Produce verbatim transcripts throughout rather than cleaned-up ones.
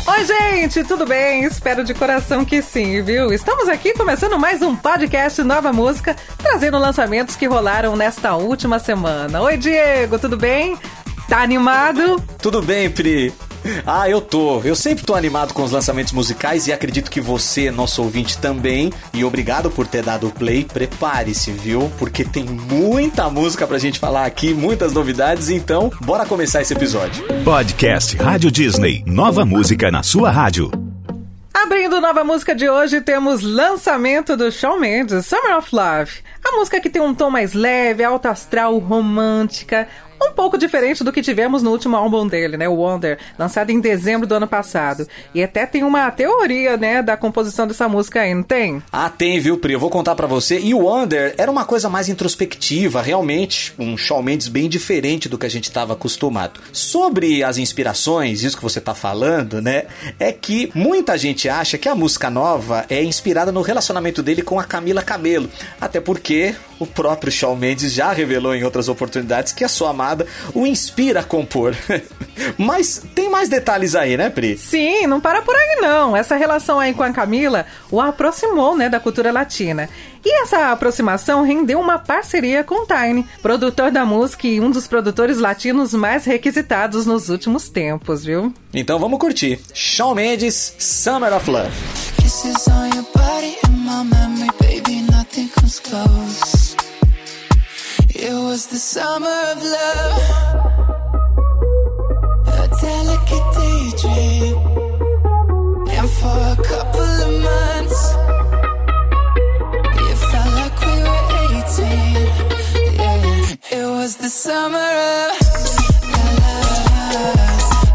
Oi, gente, tudo bem? Espero de coração que sim, viu? Estamos aqui começando mais um podcast Nova Música, trazendo lançamentos que rolaram nesta última semana. Oi, Diego, tudo bem? Tá animado? Tudo bem, Pri. Ah, eu tô. Eu sempre tô animado com os lançamentos musicais e acredito que você, nosso ouvinte, também. E obrigado por ter dado o play. Prepare-se, viu? Porque tem muita música pra gente falar aqui, muitas novidades. Então, bora começar esse episódio. Podcast Rádio Disney. Nova música na sua rádio. Abrindo Nova Música de hoje, temos lançamento do Shawn Mendes, Summer of Love. A música que tem um tom mais leve, alto astral, romântica, um pouco diferente do que tivemos no último álbum dele, né, o Wonder, lançado em dezembro do ano passado. E até tem uma teoria, né, da composição dessa música aí, não tem? Ah, tem, viu, Pri? Eu vou contar pra você. E o Wonder era uma coisa mais introspectiva, realmente, um Shawn Mendes bem diferente do que a gente estava acostumado. Sobre as inspirações, isso que você tá falando, né, é que muita gente acha que a música nova é inspirada no relacionamento dele com a Camila Cabello. Até porque o próprio Shawn Mendes já revelou em outras oportunidades que a sua amada o inspira a compor. Mas tem mais detalhes aí, né, Pri? Sim, não para por aí não. Essa relação aí com a Camila o aproximou, né, da cultura latina. E essa aproximação rendeu uma parceria com o Tiny, produtor da música e um dos produtores latinos mais requisitados nos últimos tempos, viu? Então vamos curtir. Shawn Mendes, Summer of Love. Kisses on your body in my memory, baby, nothing comes close. It was the summer of love, a delicate daydream, and for a couple of months, it felt like we were eighteen, yeah. It was the summer of la la la.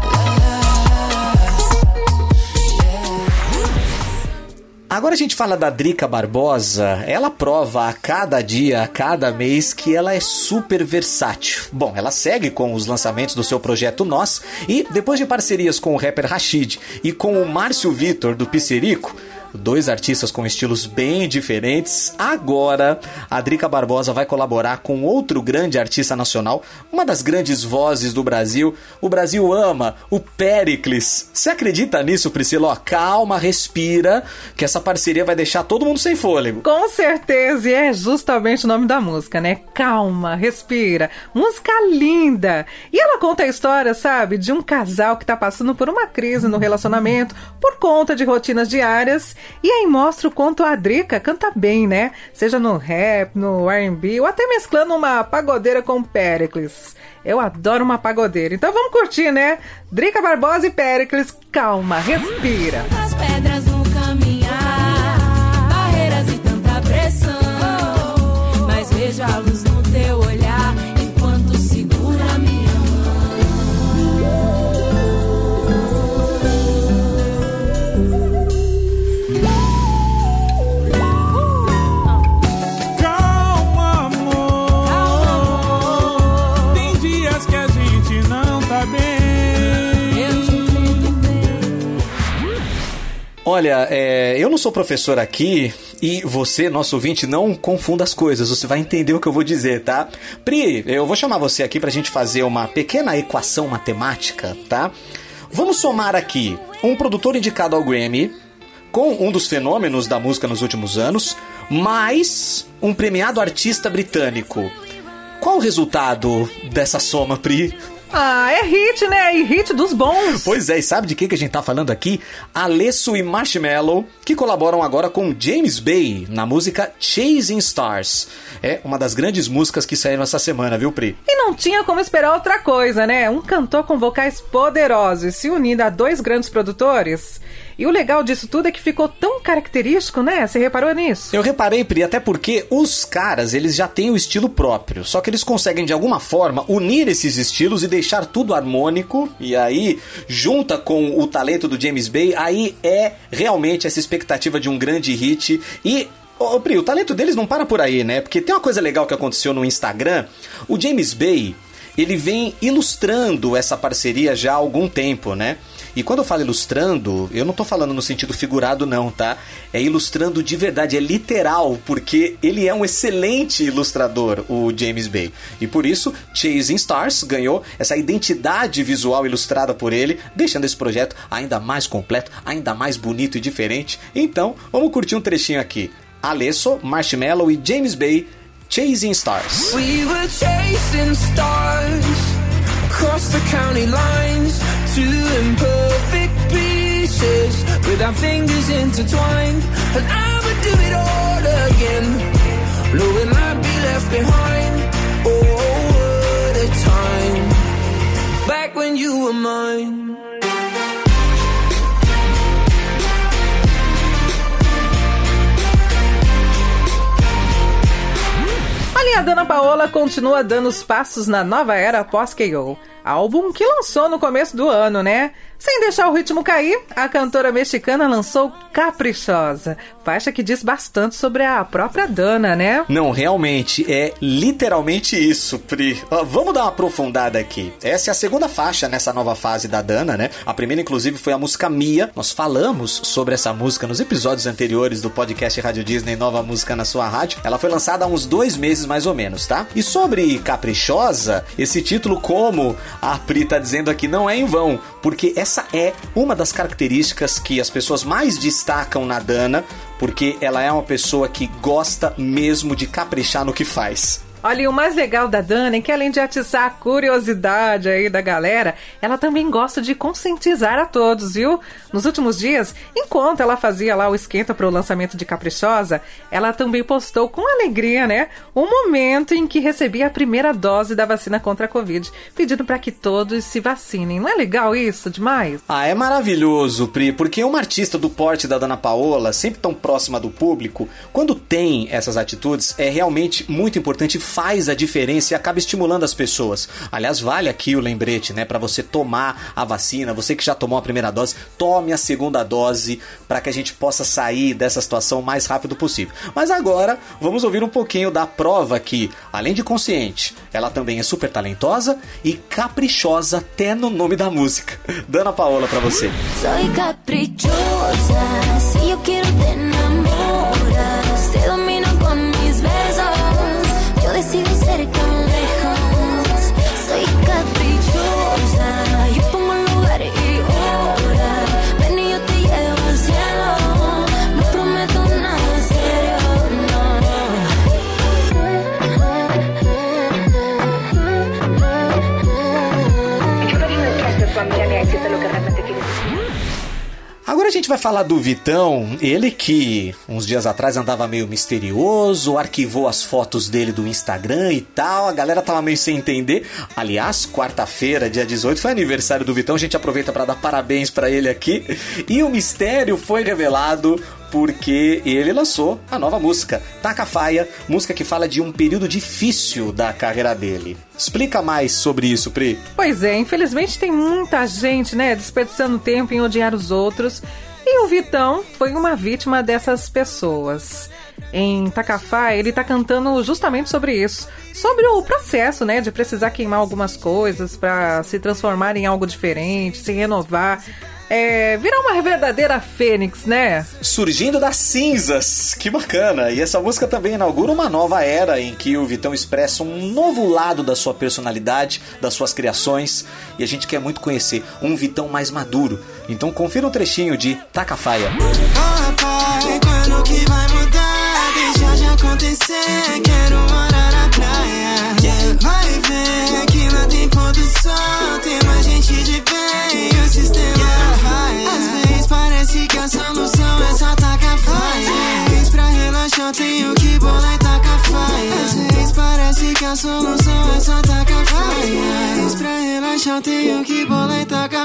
Agora a gente fala da Drica Barbosa. Ela prova a cada dia, a cada mês, que ela é super versátil. Bom, ela segue com os lançamentos do seu projeto Nós e, depois de parcerias com o rapper Rashid e com o Márcio Vitor do Pissirico, dois artistas com estilos bem diferentes, agora a Drica Barbosa vai colaborar com outro grande artista nacional, uma das grandes vozes do Brasil. O Brasil ama, o Péricles. Você acredita nisso, Priscila? Ó, calma, respira, que essa parceria vai deixar todo mundo sem fôlego. Com certeza, e é justamente o nome da música, né? Calma, respira. Música linda. E ela conta a história, sabe, de um casal que tá passando por uma crise no relacionamento por conta de rotinas diárias. E aí mostra o quanto a Drica canta bem, né? Seja no rap, no R and B, ou até mesclando uma pagodeira com Péricles. Eu adoro uma pagodeira. Então vamos curtir, né? Drica Barbosa e Péricles, calma, respira. As pedras no caminhar, barreiras e tanta pressão, mas vejo a luz no teu olhar, enquanto segura a minha Olha, é, eu não sou professor aqui e você, nosso ouvinte, não confunda as coisas. Você vai entender o que eu vou dizer, tá? Pri, eu vou chamar você aqui pra gente fazer uma pequena equação matemática, tá? Vamos somar aqui um produtor indicado ao Grammy com um dos fenômenos da música nos últimos anos, mais um premiado artista britânico. Qual o resultado dessa soma, Pri? Ah, é hit, né? E hit dos bons. Pois é, e sabe de que que a gente tá falando aqui? Alesso e Marshmello, que colaboram agora com James Bay na música Chasing Stars. É uma das grandes músicas que saíram essa semana, viu, Pri? E não tinha como esperar outra coisa, né? Um cantor com vocais poderosos se unindo a dois grandes produtores. E o legal disso tudo é que ficou tão característico, né? Você reparou nisso? Eu reparei, Pri, até porque os caras, eles já têm o estilo próprio. Só que eles conseguem, de alguma forma, unir esses estilos e deixar tudo harmônico. E aí, junta com o talento do James Bay, aí é realmente essa expectativa de um grande hit. E... Ô, Pri, o talento deles não para por aí, né? Porque tem uma coisa legal que aconteceu no Instagram. O James Bay... ele vem ilustrando essa parceria já há algum tempo, né? E quando eu falo ilustrando, eu não tô falando no sentido figurado não, tá? É ilustrando de verdade, é literal, porque ele é um excelente ilustrador, o James Bay. E por isso, Chasing Stars ganhou essa identidade visual ilustrada por ele, deixando esse projeto ainda mais completo, ainda mais bonito e diferente. Então, vamos curtir um trechinho aqui. Alesso, Marshmello e James Bay, Chasing Stars. We were chasing stars across the county lines, two imperfect pieces with our fingers intertwined, and I would do it all again, knowing I'd be left behind. Oh, what a time, back when you were mine. Olha, a Danna Paola continua dando os passos na nova era pós-K O, álbum que lançou no começo do ano, né? Sem deixar o ritmo cair, a cantora mexicana lançou Caprichosa, faixa que diz bastante sobre a própria Danna, né? Não, realmente, é literalmente isso, Pri. Ó, vamos dar uma aprofundada aqui. Essa é a segunda faixa nessa nova fase da Danna, né? A primeira, inclusive, foi a música Mia. Nós falamos sobre essa música nos episódios anteriores do podcast Rádio Disney, Nova Música na Sua Rádio. Ela foi lançada há uns dois meses, mais ou menos, tá? E sobre Caprichosa, esse título, como a Pri tá dizendo aqui, não é em vão, porque essa é uma das características que as pessoas mais destacam na Danna, porque ela é uma pessoa que gosta mesmo de caprichar no que faz. Olha, e o mais legal da Danna é que, além de atiçar a curiosidade aí da galera, ela também gosta de conscientizar a todos, viu? Nos últimos dias, enquanto ela fazia lá o esquenta para o lançamento de Caprichosa, ela também postou com alegria, né, o momento em que recebia a primeira dose da vacina contra a Covid, pedindo para que todos se vacinem. Não é legal isso demais? Ah, é maravilhoso, Pri, porque uma artista do porte da Danna Paola, sempre tão próxima do público, quando tem essas atitudes, é realmente muito importante, faz a diferença e acaba estimulando as pessoas. Aliás, vale aqui o lembrete, né, para você tomar a vacina, você que já tomou a primeira dose, tome a segunda dose para que a gente possa sair dessa situação o mais rápido possível. Mas agora, vamos ouvir um pouquinho da prova que, além de consciente, ela também é super talentosa e caprichosa até no nome da música. Danna Paola pra você. Soy caprichosa, si yo quiero te enamoras, te domino con mis besos, yo decido ser tan lejos. Soy caprichosa, yo pongo lugar y hora, ven y yo te llevo al cielo, no prometo nada serio, no. Yo cariño detrás de tu amiga, me decirte lo que realmente quieres decir. Agora a gente vai falar do Vitão, ele que uns dias atrás andava meio misterioso, arquivou as fotos dele do Instagram e tal, a galera tava meio sem entender. Aliás, quarta-feira, dia dezoito, foi aniversário do Vitão, a gente aproveita para dar parabéns para ele aqui. E o mistério foi revelado porque ele lançou a nova música, Taca Faia, música que fala de um período difícil da carreira dele. Explica mais sobre isso, Pri. Pois é, infelizmente tem muita gente, né, desperdiçando tempo em odiar os outros, e o Vitão foi uma vítima dessas pessoas. Em Taca Faia, ele tá cantando justamente sobre isso, sobre o processo, né, de precisar queimar algumas coisas para se transformar em algo diferente, se renovar. É, virar uma verdadeira fênix, né? Surgindo das cinzas, que bacana! E essa música também inaugura uma nova era em que o Vitão expressa um novo lado da sua personalidade, das suas criações, e a gente quer muito conhecer um Vitão mais maduro. Então confira um trechinho de Taca Faia. Oh, pai, quando que vai mudar? Deixa de acontecer, quero morar na praia. Yeah. Vai ver que lá tem pôr do sol, tem mais gente de bem, o sistema vai. Às vezes parece que a solução é só tacar faia. Às vezes pra relaxar tenho que bolar e tacar faia. Às vezes parece que a solução é só tacar faia. Às vezes pra relaxar tenho que bolar e tacar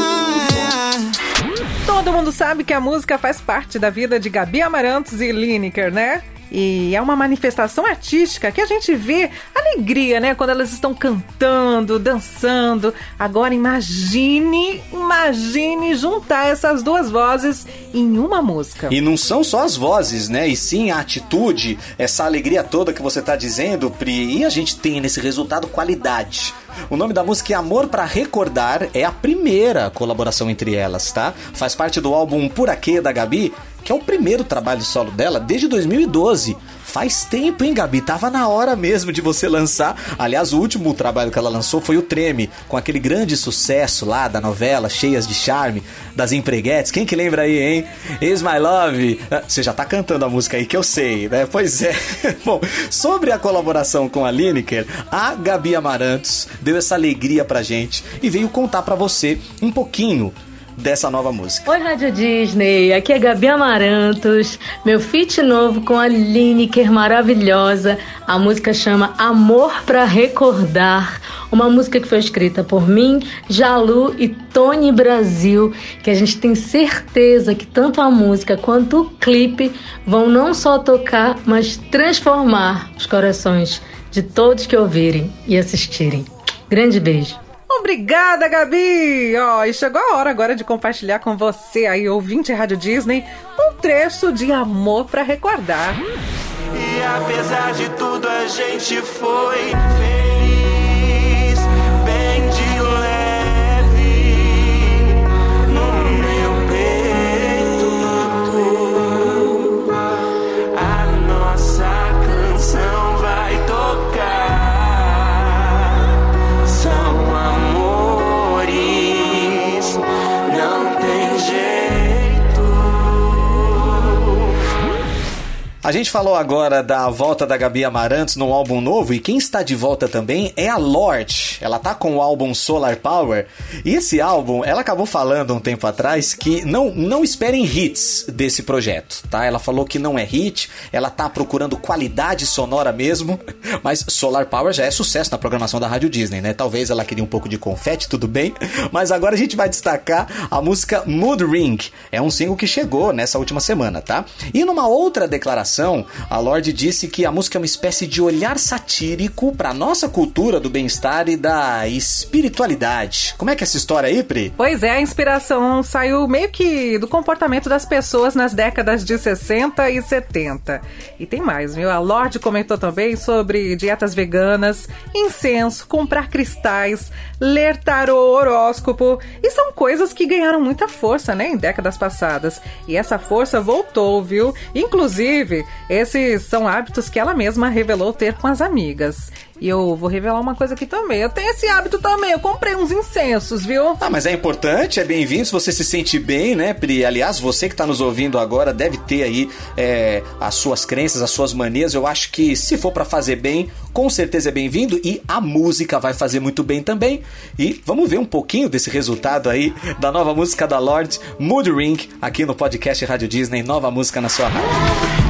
faia. Todo mundo sabe que a música faz parte da vida de Gabi Amarantos e Lineker, né? E é uma manifestação artística que a gente vê alegria, né? Quando elas estão cantando, dançando. Agora imagine, imagine juntar essas duas vozes em uma música. E não são só as vozes, né? E sim a atitude, essa alegria toda que você tá dizendo, Pri. E a gente tem nesse resultado qualidade. O nome da música é Amor Pra Recordar, é a primeira colaboração entre elas, tá? Faz parte do álbum Por Aquê, da Gabi, que é o primeiro trabalho solo dela desde dois mil e doze. Faz tempo, hein, Gabi? Tava na hora mesmo de você lançar. Aliás, o último trabalho que ela lançou foi o Treme, com aquele grande sucesso lá da novela Cheias de Charme, das empreguetes. Quem que lembra aí, hein? Is My Love. Você já tá cantando a música aí que eu sei, né? Pois é. Bom, sobre a colaboração com a Lineker, a Gabi Amarantos deu essa alegria pra gente e veio contar pra você um pouquinho dessa nova música. Oi, Rádio Disney, aqui é Gabi Amarantos, meu feat novo com a Lineker maravilhosa. A música chama Amor Pra Recordar, uma música que foi escrita por mim, Jalu e Tony Brasil, que a gente tem certeza que tanto a música quanto o clipe vão não só tocar, mas transformar os corações de todos que ouvirem e assistirem. Grande beijo. Obrigada, Gabi! Ó, oh, e chegou a hora agora de compartilhar com você aí, ouvinte Rádio Disney, um trecho de Amor Pra Recordar. E apesar de tudo a gente foi feliz, bem de leve, no meu peito, a nossa canção vai tocar. A gente falou agora da volta da Gabi Amarantos num álbum novo, e quem está de volta também é a Lorde. Ela tá com o álbum Solar Power, e esse álbum, ela acabou falando um tempo atrás que não, não esperem hits desse projeto, tá? Ela falou que não é hit, ela tá procurando qualidade sonora mesmo, mas Solar Power já é sucesso na programação da Rádio Disney, né? Talvez ela queria um pouco de confete, tudo bem, mas agora a gente vai destacar a música Mood Ring. É um single que chegou nessa última semana, tá? E numa outra declaração, a Lorde disse que a música é uma espécie de olhar satírico para nossa cultura do bem-estar e da espiritualidade. Como é que é essa história aí, Pri? Pois é, a inspiração saiu meio que do comportamento das pessoas nas décadas de sessenta e setenta. E tem mais, viu? A Lorde comentou também sobre dietas veganas, incenso, comprar cristais, ler tarô, horóscopo. E são coisas que ganharam muita força, né, em décadas passadas. E essa força voltou, viu? Inclusive, esses são hábitos que ela mesma revelou ter com as amigas. E eu vou revelar uma coisa aqui também. Eu tenho esse hábito também. Eu comprei uns incensos, viu? Ah, mas é importante, é bem-vindo se você se sente bem, né, Pri? Aliás, você que tá nos ouvindo agora deve ter aí é, as suas crenças, as suas manias. Eu acho que se for pra fazer bem, com certeza é bem-vindo. E a música vai fazer muito bem também. E vamos ver um pouquinho desse resultado aí da nova música da Lorde, Mood Ring, aqui no podcast Rádio Disney. Nova música na sua rádio.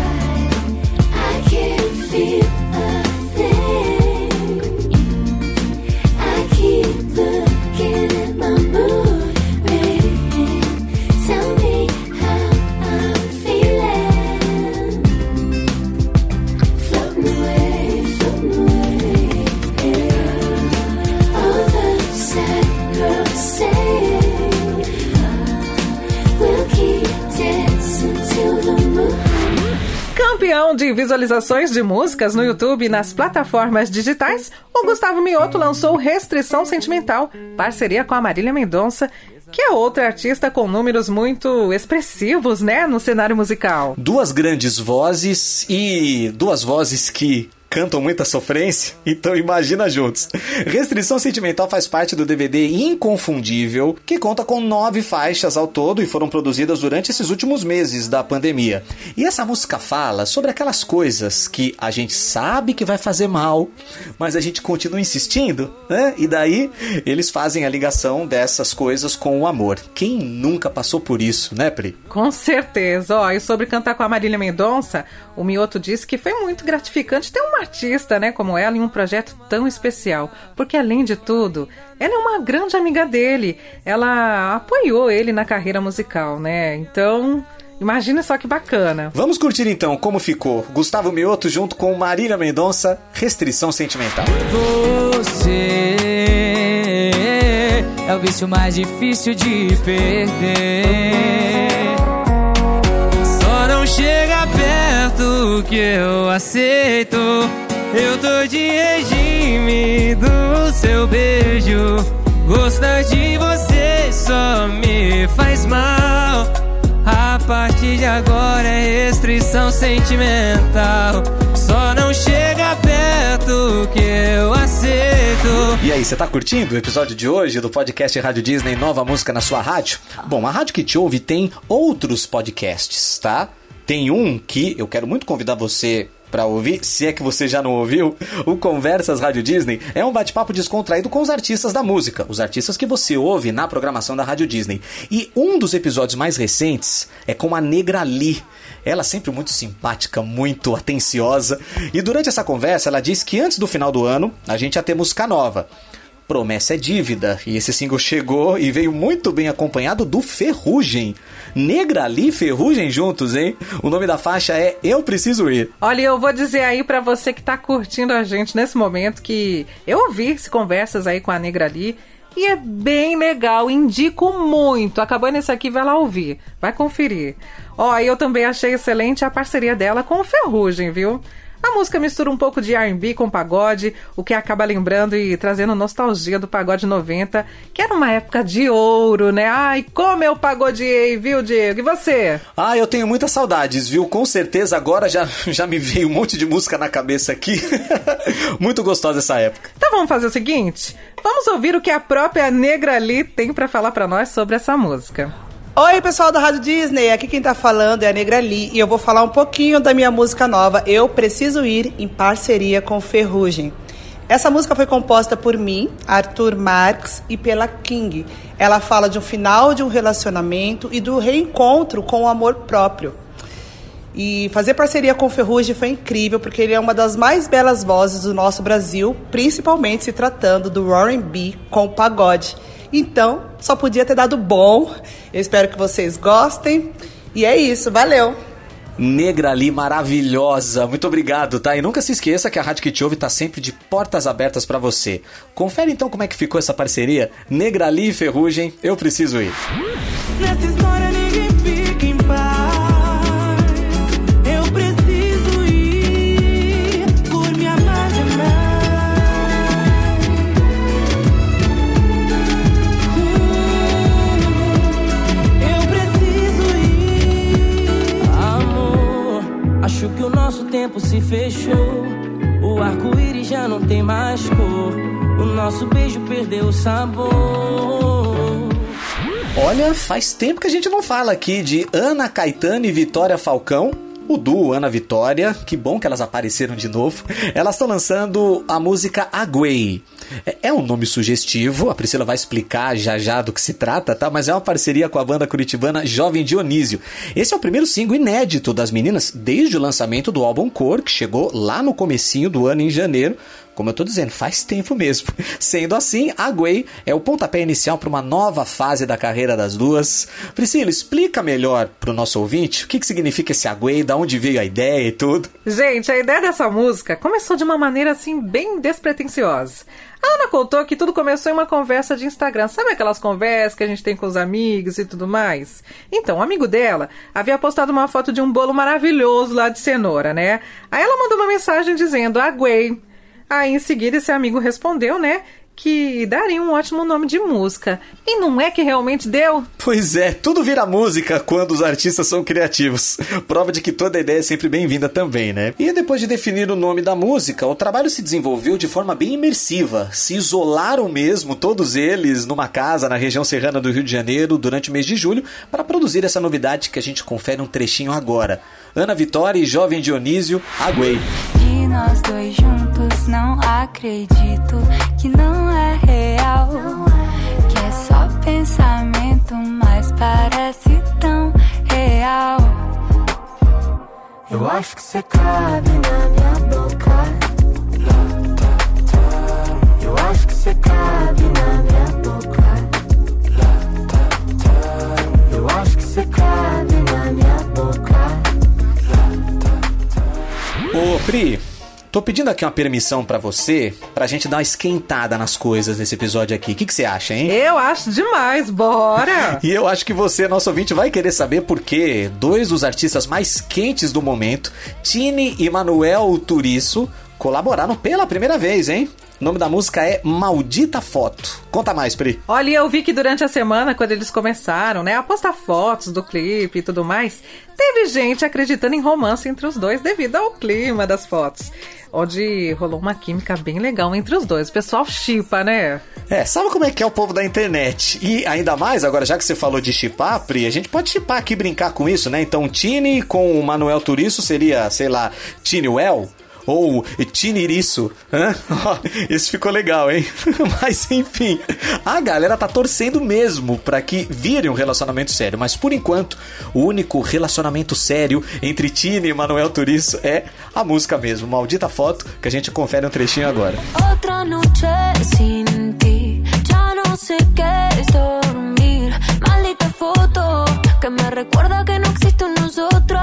Campeão de visualizações de músicas no YouTube e nas plataformas digitais, o Gustavo Mioto lançou Restrição Sentimental, parceria com a Marília Mendonça, que é outra artista com números muito expressivos, né, no cenário musical. Duas grandes vozes e duas vozes que cantam muita sofrência, então imagina juntos. Restrição Sentimental faz parte do D V D Inconfundível, que conta com nove faixas ao todo e foram produzidas durante esses últimos meses da pandemia. E essa música fala sobre aquelas coisas que a gente sabe que vai fazer mal, mas a gente continua insistindo, né? E daí eles fazem a ligação dessas coisas com o amor. Quem nunca passou por isso, né, Pri? Com certeza. Ó, e sobre cantar com a Marília Mendonça, o Mioto disse que foi muito gratificante ter uma artista, né, como ela, em um projeto tão especial, porque além de tudo, ela é uma grande amiga dele, ela apoiou ele na carreira musical, né, então imagina só que bacana. Vamos curtir então como ficou Gustavo Mioto junto com Marília Mendonça, Restrição Sentimental. Você é o vício mais difícil de perder, só não chega perto que eu aceito. Eu tô de regime do seu beijo. gostar de você só me faz mal. A partir de agora é restrição sentimental. Só não chega perto que eu aceito. E aí, você tá curtindo o episódio de hoje do podcast Rádio Disney Nova Música na sua rádio? Bom, a Rádio que te ouve tem outros podcasts, tá? Tem um que eu quero muito convidar você pra ouvir, se é que você já não ouviu. O Conversas Rádio Disney é um bate-papo descontraído com os artistas da música, os artistas que você ouve na programação da Rádio Disney. E um dos episódios mais recentes é com a Negra Lee. Ela sempre muito simpática, muito atenciosa. E durante essa conversa ela disse que antes do final do ano a gente ia ter música nova. Promessa é dívida, e esse single chegou e veio muito bem acompanhado do Ferrugem. Negra Lee e Ferrugem juntos, hein? O nome da faixa é Eu Preciso Ir. Olha, eu vou dizer aí pra você que tá curtindo a gente nesse momento que eu ouvi esse Conversas aí com a Negra Lee e é bem legal, indico muito. Acabando esse aqui, vai lá ouvir, vai conferir. Ó, eu também achei excelente a parceria dela com o Ferrugem, viu? A música mistura um pouco de R and B com pagode, o que acaba lembrando e trazendo nostalgia do pagode noventa, que era uma época de ouro, né? Ai, como eu pagodeei, viu, Diego? E você? Ah, eu tenho muitas saudades, viu? Com certeza agora já, já me veio um monte de música na cabeça aqui. Muito gostosa essa época. Então vamos fazer o seguinte? Vamos ouvir o que a própria Negra Lee tem pra falar pra nós sobre essa música. Oi, pessoal da Rádio Disney, aqui quem tá falando é a Negra Lee e eu vou falar um pouquinho da minha música nova, Eu Preciso Ir, em parceria com Ferrugem. Essa música foi composta por mim, Arthur Marques, e pela King. Ela fala de um final de um relacionamento e do reencontro com o amor próprio. E fazer parceria com o Ferrugem foi incrível, porque ele é uma das mais belas vozes do nosso Brasil, principalmente se tratando do R and B com o pagode. Então, só podia ter dado bom. Eu espero que vocês gostem. E é isso, valeu! Negra Lee, maravilhosa. Muito obrigado, tá? E nunca se esqueça que a Rádio que te ouve tá sempre de portas abertas pra você. Confere então como é que ficou essa parceria. Negra Lee e Ferrugem, Eu Preciso Ir. Nessa história ninguém fica em paz. Eu preciso ir por me amar demais. Acho que o nosso tempo se fechou. O arco-íris já não tem mais cor. O nosso beijo perdeu o sabor. Olha, faz tempo que a gente não fala aqui de Ana Caetano e Vitória Falcão. O duo Ana Vitória, que bom que elas apareceram de novo. Elas estão lançando a música Aguei. É um nome sugestivo, a Priscila vai explicar já já do que se trata, tá? Mas é uma parceria com a banda curitibana Jovem Dionísio. Esse é o primeiro single inédito das meninas desde o lançamento do álbum Cor, que chegou lá no comecinho do ano, em janeiro. Como eu tô dizendo, faz tempo mesmo. Sendo assim, Aguei é o pontapé inicial para uma nova fase da carreira das duas. Priscila, explica melhor pro nosso ouvinte o que, que significa esse Aguei, da onde veio a ideia e tudo. Gente, a ideia dessa música começou de uma maneira assim bem despretensiosa. A Ana contou que tudo começou em uma conversa de Instagram. Sabe aquelas conversas que a gente tem com os amigos e tudo mais? Então, um amigo dela havia postado uma foto de um bolo maravilhoso lá de cenoura, né? Aí ela mandou uma mensagem dizendo, Aguei. Aí, em seguida, esse amigo respondeu, né, que daria um ótimo nome de música. E não é que realmente deu? Pois é, tudo vira música quando os artistas são criativos. Prova de que toda ideia é sempre bem-vinda também, né? E depois de definir o nome da música, o trabalho se desenvolveu de forma bem imersiva. Se isolaram mesmo, todos eles, numa casa na região serrana do Rio de Janeiro, durante o mês de julho, para produzir essa novidade que a gente confere um trechinho agora. Ana Vitória e Jovem Dionísio, Aguei. E nós dois juntos, não acredito que não é real, que é só pensamento, mas parece tão real. Eu acho que cê cabe na minha boca. Eu acho que cê cabe na minha boca. Eu acho que cê cabe na minha boca. Ô, Pri, tô pedindo aqui uma permissão pra você, pra gente dar uma esquentada nas coisas nesse episódio aqui. O que, que você acha, hein? Eu acho demais, bora! E eu acho que você, nosso ouvinte, vai querer saber por que dois dos artistas mais quentes do momento, Tini e Manuel Turiço, colaboraram pela primeira vez, hein? O nome da música é Maldita Foto. Conta mais, Pri. Olha, eu vi que durante a semana, quando eles começaram, né, a postar fotos do clipe e tudo mais, teve gente acreditando em romance entre os dois devido ao clima das fotos, onde rolou uma química bem legal entre os dois. O pessoal shippa, né? É, sabe como é que é o povo da internet? E ainda mais, agora já que você falou de shippar, Pri, a gente pode shippar aqui, brincar com isso, né? Então, Tini com o Manuel Turiço seria, sei lá, Tiniwell? Ou Tiniriço. Esse ficou legal, hein? Mas enfim, a galera tá torcendo mesmo pra que vire um relacionamento sério. Mas por enquanto, o único relacionamento sério entre Tini e Manuel Turiço é a música mesmo, Maldita Foto, que a gente confere um trechinho agora. Outra noite sin ti, já não sei que es dormir. Maldita foto que me recuerda que não existe nosotros.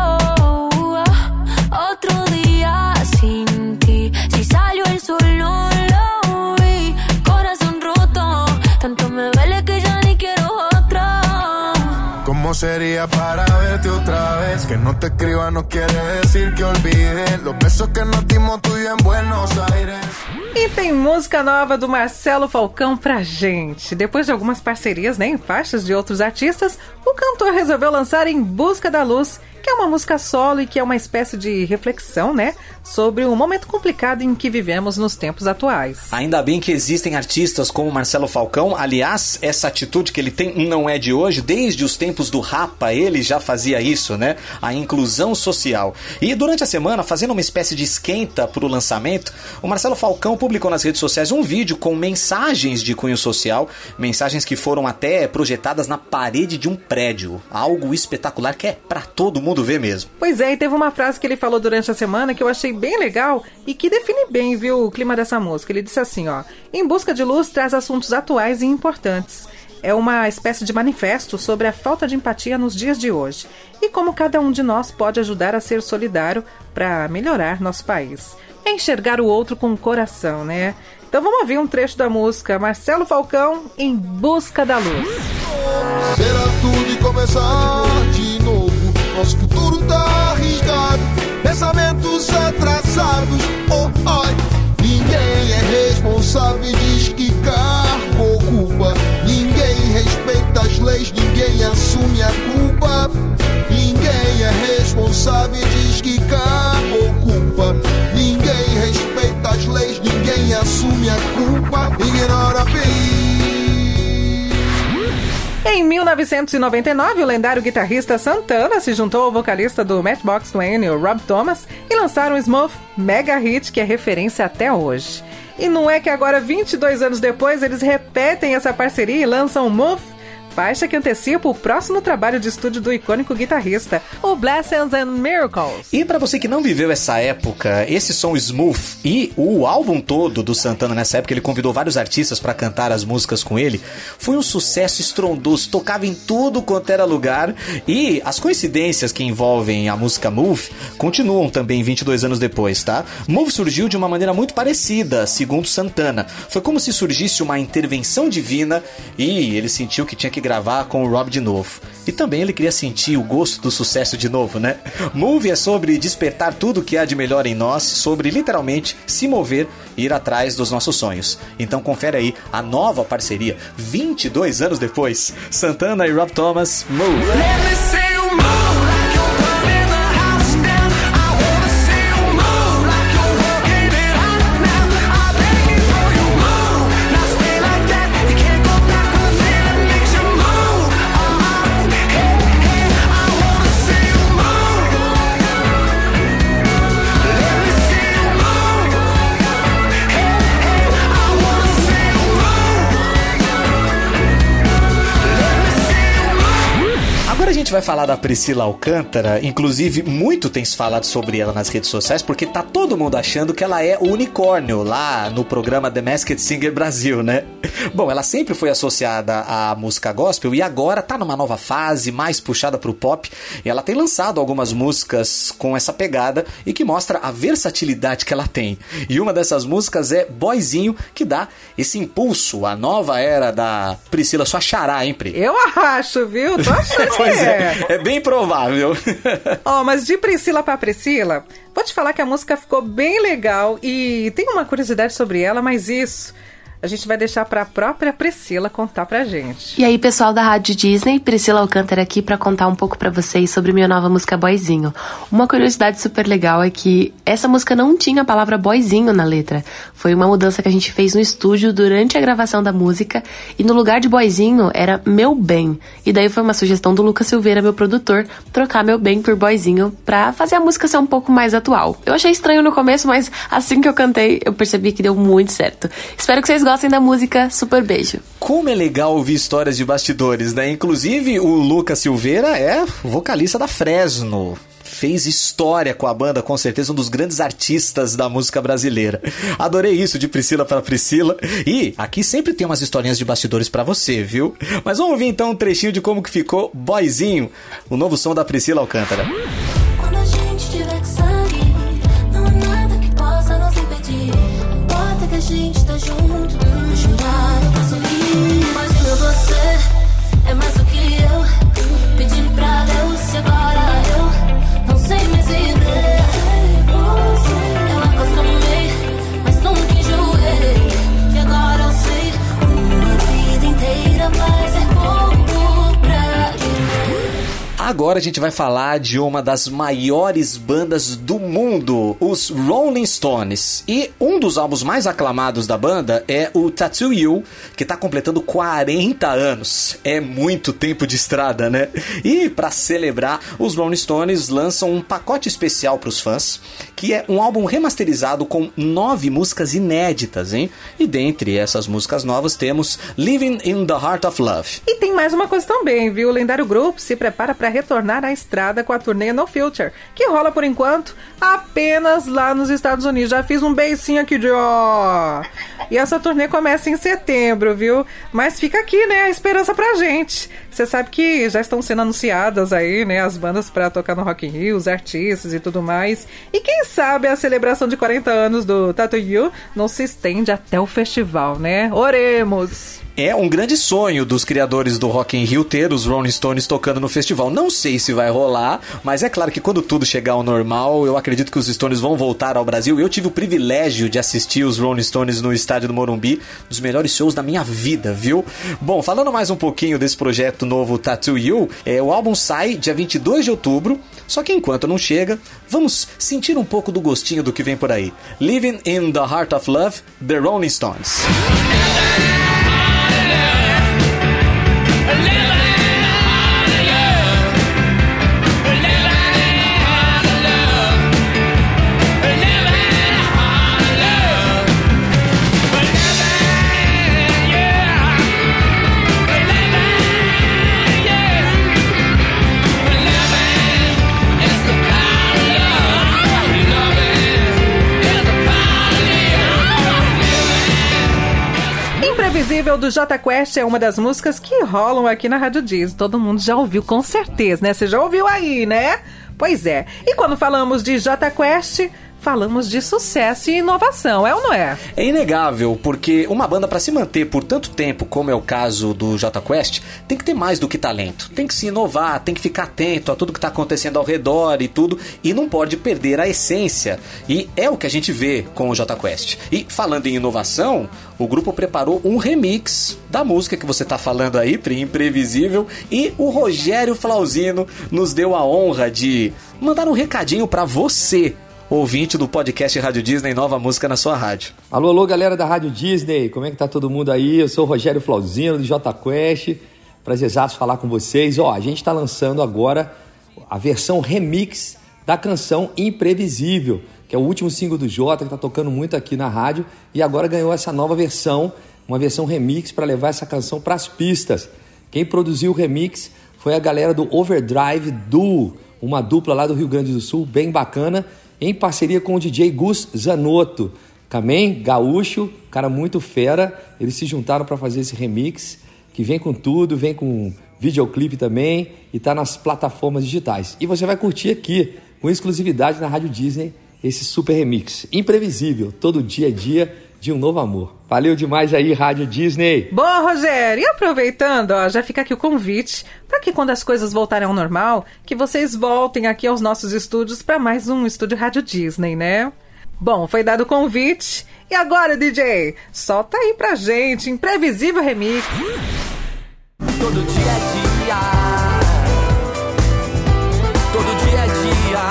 Otro día sin ti, si salió el sol no lo vi. Corazón roto, tanto me duele que ya ni quiero otra. ¿Cómo sería para verte otra vez? Que no te escriba no quiere decir que olvide los besos que nos dimos tú y yo en Buenos Aires. E tem música nova do Marcelo Falcão pra gente. Depois de algumas parcerias, né, em faixas de outros artistas, o cantor resolveu lançar Em Busca da Luz, que é uma música solo e que é uma espécie de reflexão, né, sobre o momento complicado em que vivemos nos tempos atuais. Ainda bem que existem artistas como Marcelo Falcão. Aliás, essa atitude que ele tem não é de hoje. Desde os tempos do Rapa, ele já fazia isso, né? A inclusão social. E durante a semana, fazendo uma espécie de esquenta pro lançamento, o Marcelo Falcão publicou nas redes sociais um vídeo com mensagens de cunho social, mensagens que foram até projetadas na parede de um prédio. Algo espetacular que é pra todo mundo ver mesmo. Pois é, e teve uma frase que ele falou durante a semana que eu achei bem legal e que define bem, viu, o clima dessa música. Ele disse assim, ó: Em Busca de Luz traz assuntos atuais e importantes. É uma espécie de manifesto sobre a falta de empatia nos dias de hoje e como cada um de nós pode ajudar a ser solidário para melhorar nosso país. É enxergar o outro com o coração, né? Então vamos ouvir um trecho da música Marcelo Falcão, Em Busca da Luz. Será tudo e começar de novo. Nosso futuro tá arriscado, pensamentos atrasados. Oh, ai, ninguém é responsável e diz que cargo ocupa. Ninguém respeita as leis, ninguém assume a culpa. Ninguém é responsável e diz que cargo ocupa. Ninguém respeita as leis, ninguém assume a culpa. Ignora bem. Em mil novecentos e noventa e nove, o lendário guitarrista Santana se juntou ao vocalista do Matchbox Twenty, o Rob Thomas, e lançaram um Smooth mega hit que é referência até hoje. E não é que agora, vinte e dois anos depois, eles repetem essa parceria e lançam o Move, faixa que antecipa o próximo trabalho de estúdio do icônico guitarrista, o Blessings and Miracles. E pra você que não viveu essa época, esse som Smooth e o álbum todo do Santana nessa época, ele convidou vários artistas pra cantar as músicas com ele, foi um sucesso estrondoso, tocava em tudo quanto era lugar, e as coincidências que envolvem a música Move continuam também vinte e dois anos depois, tá? Move surgiu de uma maneira muito parecida, segundo Santana. Foi como se surgisse uma intervenção divina e ele sentiu que tinha que gravar com o Rob de novo. E também ele queria sentir o gosto do sucesso de novo, né? Move é sobre despertar tudo que há de melhor em nós, sobre literalmente se mover e ir atrás dos nossos sonhos. Então confere aí a nova parceria, vinte e dois anos depois, Santana e Rob Thomas, Move. A gente vai falar da Priscila Alcântara, inclusive muito tem se falado sobre ela nas redes sociais, porque tá todo mundo achando que ela é o unicórnio lá no programa The Masked Singer Brasil, né? Bom, ela sempre foi associada à música gospel e agora tá numa nova fase, mais puxada pro pop, e ela tem lançado algumas músicas com essa pegada e que mostra a versatilidade que ela tem. E uma dessas músicas é Boyzinho, que dá esse impulso à nova era da Priscila, sua xará, hein, Pri? Eu acho, viu? Tô achando. Pois é. é? É bem provável. Ó, oh, mas de Priscila pra Priscila, vou te falar que a música ficou bem legal e tem uma curiosidade sobre ela, mas isso a gente vai deixar para a própria Priscila contar pra gente. E aí, pessoal da Rádio Disney, Priscila Alcântara aqui para contar um pouco para vocês sobre minha nova música Boyzinho. Uma curiosidade super legal é que essa música não tinha a palavra boyzinho na letra. Foi uma mudança que a gente fez no estúdio durante a gravação da música e no lugar de boyzinho era meu bem. E daí foi uma sugestão do Lucas Silveira, meu produtor, trocar meu bem por boyzinho pra fazer a música ser um pouco mais atual. Eu achei estranho no começo, mas assim que eu cantei, eu percebi que deu muito certo. Espero que vocês gostem da música. Super beijo. Como é legal ouvir histórias de bastidores, né? Inclusive, o Lucas Silveira é vocalista da Fresno. Fez história com a banda, com certeza um dos grandes artistas da música brasileira. Adorei isso de Priscila para Priscila. E aqui sempre tem umas historinhas de bastidores para você, viu? Mas vamos ouvir então um trechinho de como que ficou Boyzinho, o novo som da Priscila Alcântara. Quando a gente tiver que sair, não há nada que possa nos impedir. Importa que a gente tá junto. Chorar, eu posso rir, mas por você é mais do que eu. Pedi pra Deus e agora eu não sei mais viver. Eu acostumei, mas nunca enjoei. E agora eu sei, uma vida inteira vai ser pouco pra viver. Agora a gente vai falar de uma das maiores bandas do mundo, os Rolling Stones. E um dos álbuns mais aclamados da banda é o Tattoo You, que está completando quarenta anos. É muito tempo de estrada, né? E para celebrar, os Rolling Stones lançam um pacote especial para os fãs, que é um álbum remasterizado com nove músicas inéditas, hein? E dentre essas músicas novas temos Living in the Heart of Love. E tem mais uma coisa também, viu? O lendário grupo se prepara para retornar à estrada com a turnê No Future, que rola por enquanto apenas lá nos Estados Unidos. Já fiz um beicinho aqui de ó. E essa turnê começa em setembro, viu? Mas fica aqui, né, a esperança pra gente. Você sabe que já estão sendo anunciadas aí, né, as bandas pra tocar no Rock in Rio, os artistas e tudo mais. E quem sabe a celebração de quarenta anos do Tattoo You não se estende até o festival, né? Oremos! É um grande sonho dos criadores do Rock in Rio ter os Rolling Stones tocando no festival. Não sei se vai rolar, mas é claro que quando tudo chegar ao normal, eu acredito que os Stones vão voltar ao Brasil. Eu tive o privilégio de assistir os Rolling Stones no estádio do Morumbi, dos melhores shows da minha vida, viu? Bom, falando mais um pouquinho desse projeto novo Tattoo You, é, o álbum sai dia vinte e dois de outubro, só que enquanto não chega, vamos sentir um pouco do gostinho do que vem por aí. Living in the Heart of Love, The Rolling Stones. Imprevisível do Jota Quest é uma das músicas que rolam aqui na Rádio Disney. Todo mundo já ouviu, com certeza, né? Você já ouviu aí, né? Pois é. E quando falamos de Jota Quest, falamos de sucesso e inovação, é ou não é? É inegável, porque uma banda para se manter por tanto tempo, como é o caso do Jota Quest, tem que ter mais do que talento. Tem que se inovar, tem que ficar atento a tudo que está acontecendo ao redor e tudo, e não pode perder a essência. E é o que a gente vê com o Jota Quest. E falando em inovação, o grupo preparou um remix da música que você está falando aí, Pri, Imprevisível, e o Rogério Flauzino nos deu a honra de mandar um recadinho para você, ouvinte do podcast Rádio Disney, nova música na sua rádio. Alô, alô, galera da Rádio Disney, como é que tá todo mundo aí? Eu sou o Rogério Flauzino, do Jota Quest, prazerzaço falar com vocês. Ó, a gente tá lançando agora a versão remix da canção Imprevisível, que é o último single do Jota, que tá tocando muito aqui na rádio, e agora ganhou essa nova versão, uma versão remix para levar essa canção pras pistas. Quem produziu o remix foi a galera do Overdrive Duo, uma dupla lá do Rio Grande do Sul, bem bacana, em parceria com o D J Gus Zanotto, também gaúcho, cara muito fera. Eles se juntaram para fazer esse remix, que vem com tudo, vem com videoclipe também e tá nas plataformas digitais. E você vai curtir aqui, com exclusividade na Rádio Disney, esse super remix. Imprevisível, todo dia a dia, de Um Novo Amor. Valeu demais aí, Rádio Disney. Bom, Rogério, e aproveitando, ó, já fica aqui o convite para que quando as coisas voltarem ao normal, que vocês voltem aqui aos nossos estúdios para mais um Estúdio Rádio Disney, né? Bom, foi dado o convite. E agora, D J, solta aí pra gente, Imprevisível Remix. Todo dia a dia, todo dia a dia,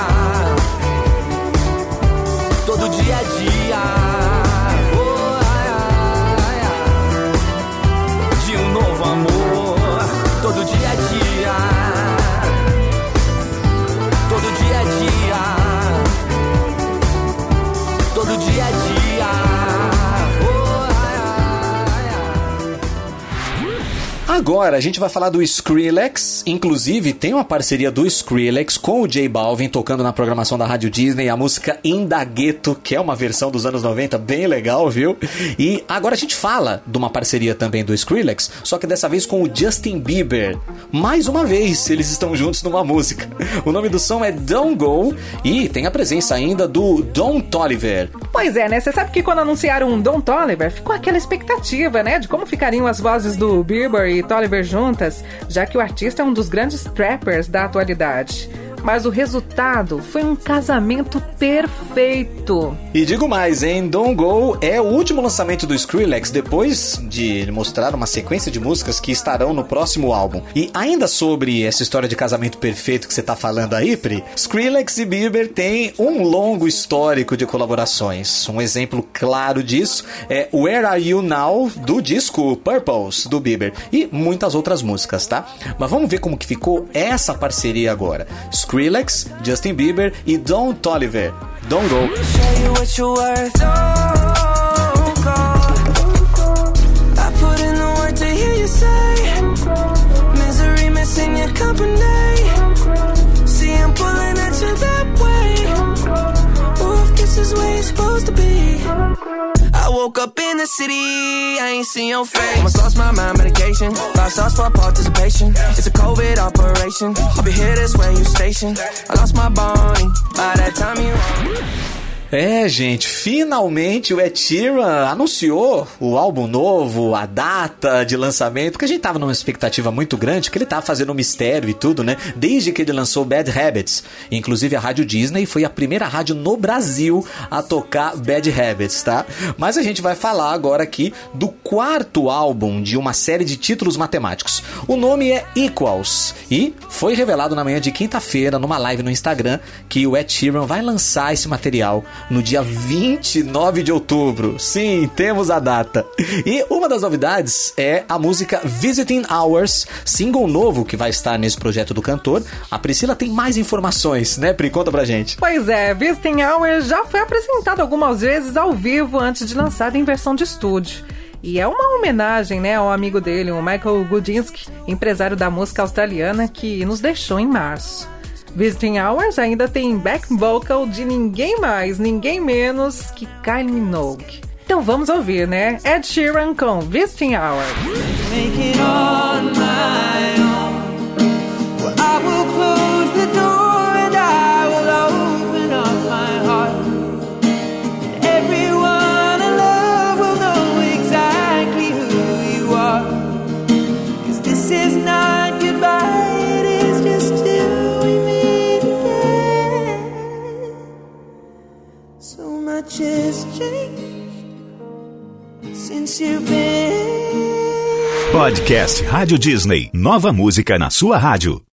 todo dia a dia, oh, ai, ai, ai, de um novo amor. Todo dia a dia, todo dia a dia, todo dia a dia. Agora a gente vai falar do Skrillex, inclusive tem uma parceria do Skrillex com o J Balvin tocando na programação da Rádio Disney, a música In Da Ghetto, que é uma versão dos anos noventa bem legal, viu? E agora a gente fala de uma parceria também do Skrillex, só que dessa vez com o Justin Bieber. Mais uma vez eles estão juntos numa música. O nome do som é Don't Go e tem a presença ainda do Don Toliver. Pois é, né? Você sabe que quando anunciaram um Don Toliver, ficou aquela expectativa, né? De como ficariam as vozes do Bieber e Toliver juntas, já que o artista é um dos grandes trappers da atualidade. Mas o resultado foi um casamento perfeito. E digo mais, hein? Don't Go é o último lançamento do Skrillex depois de mostrar uma sequência de músicas que estarão no próximo álbum. E ainda sobre essa história de casamento perfeito que você tá falando aí, Pri, Skrillex e Bieber têm um longo histórico de colaborações. Um exemplo claro disso é Where Are You Now, do disco Purpose, do Bieber, e muitas outras músicas, tá? Mas vamos ver como que ficou essa parceria agora. Skrillex, Justin Bieber e Don Toliver. Don't Go. Show you what you're worth. Don't go. I put in the work to hear you say misery missing your company. See I'm pulling at you that way. Or if this is where you're supposed to be. I woke up in the city, I ain't seen your face. Almost lost my mind, medication. Five stars for participation. It's a COVID operation. I'll be here, this where you station. I lost my Bonnie. By that time you on. É, gente, finalmente o Ed Sheeran anunciou o álbum novo, a data de lançamento, porque a gente tava numa expectativa muito grande, que ele tava fazendo um mistério e tudo, né? Desde que ele lançou Bad Habits. Inclusive a Rádio Disney foi a primeira rádio no Brasil a tocar Bad Habits, tá? Mas a gente vai falar agora aqui do quarto álbum de uma série de títulos matemáticos. O nome é Equals e foi revelado na manhã de quinta-feira, numa live no Instagram, que o Ed Sheeran vai lançar esse material no dia vinte e nove de outubro. Sim, temos a data. E uma das novidades é a música Visiting Hours, single novo que vai estar nesse projeto do cantor. A Priscila tem mais informações, né, Pri? Conta pra gente. Pois é, Visiting Hours já foi apresentado algumas vezes ao vivo antes de lançado em versão de estúdio. E é uma homenagem, né, ao amigo dele, o Michael Gudinski, empresário da música australiana, que nos deixou em março. Visiting Hours ainda tem back vocal de ninguém mais, ninguém menos que Kylie Minogue. Então vamos ouvir, né? Ed Sheeran com Visiting Hours. Make it on my own. Well, I will close the door and I will open up my heart. And everyone I love will know exactly who you are. 'Cause this is not goodbye, it is just till we meet again. So much has changed since you've been. Podcast Rádio Disney. Nova música na sua rádio.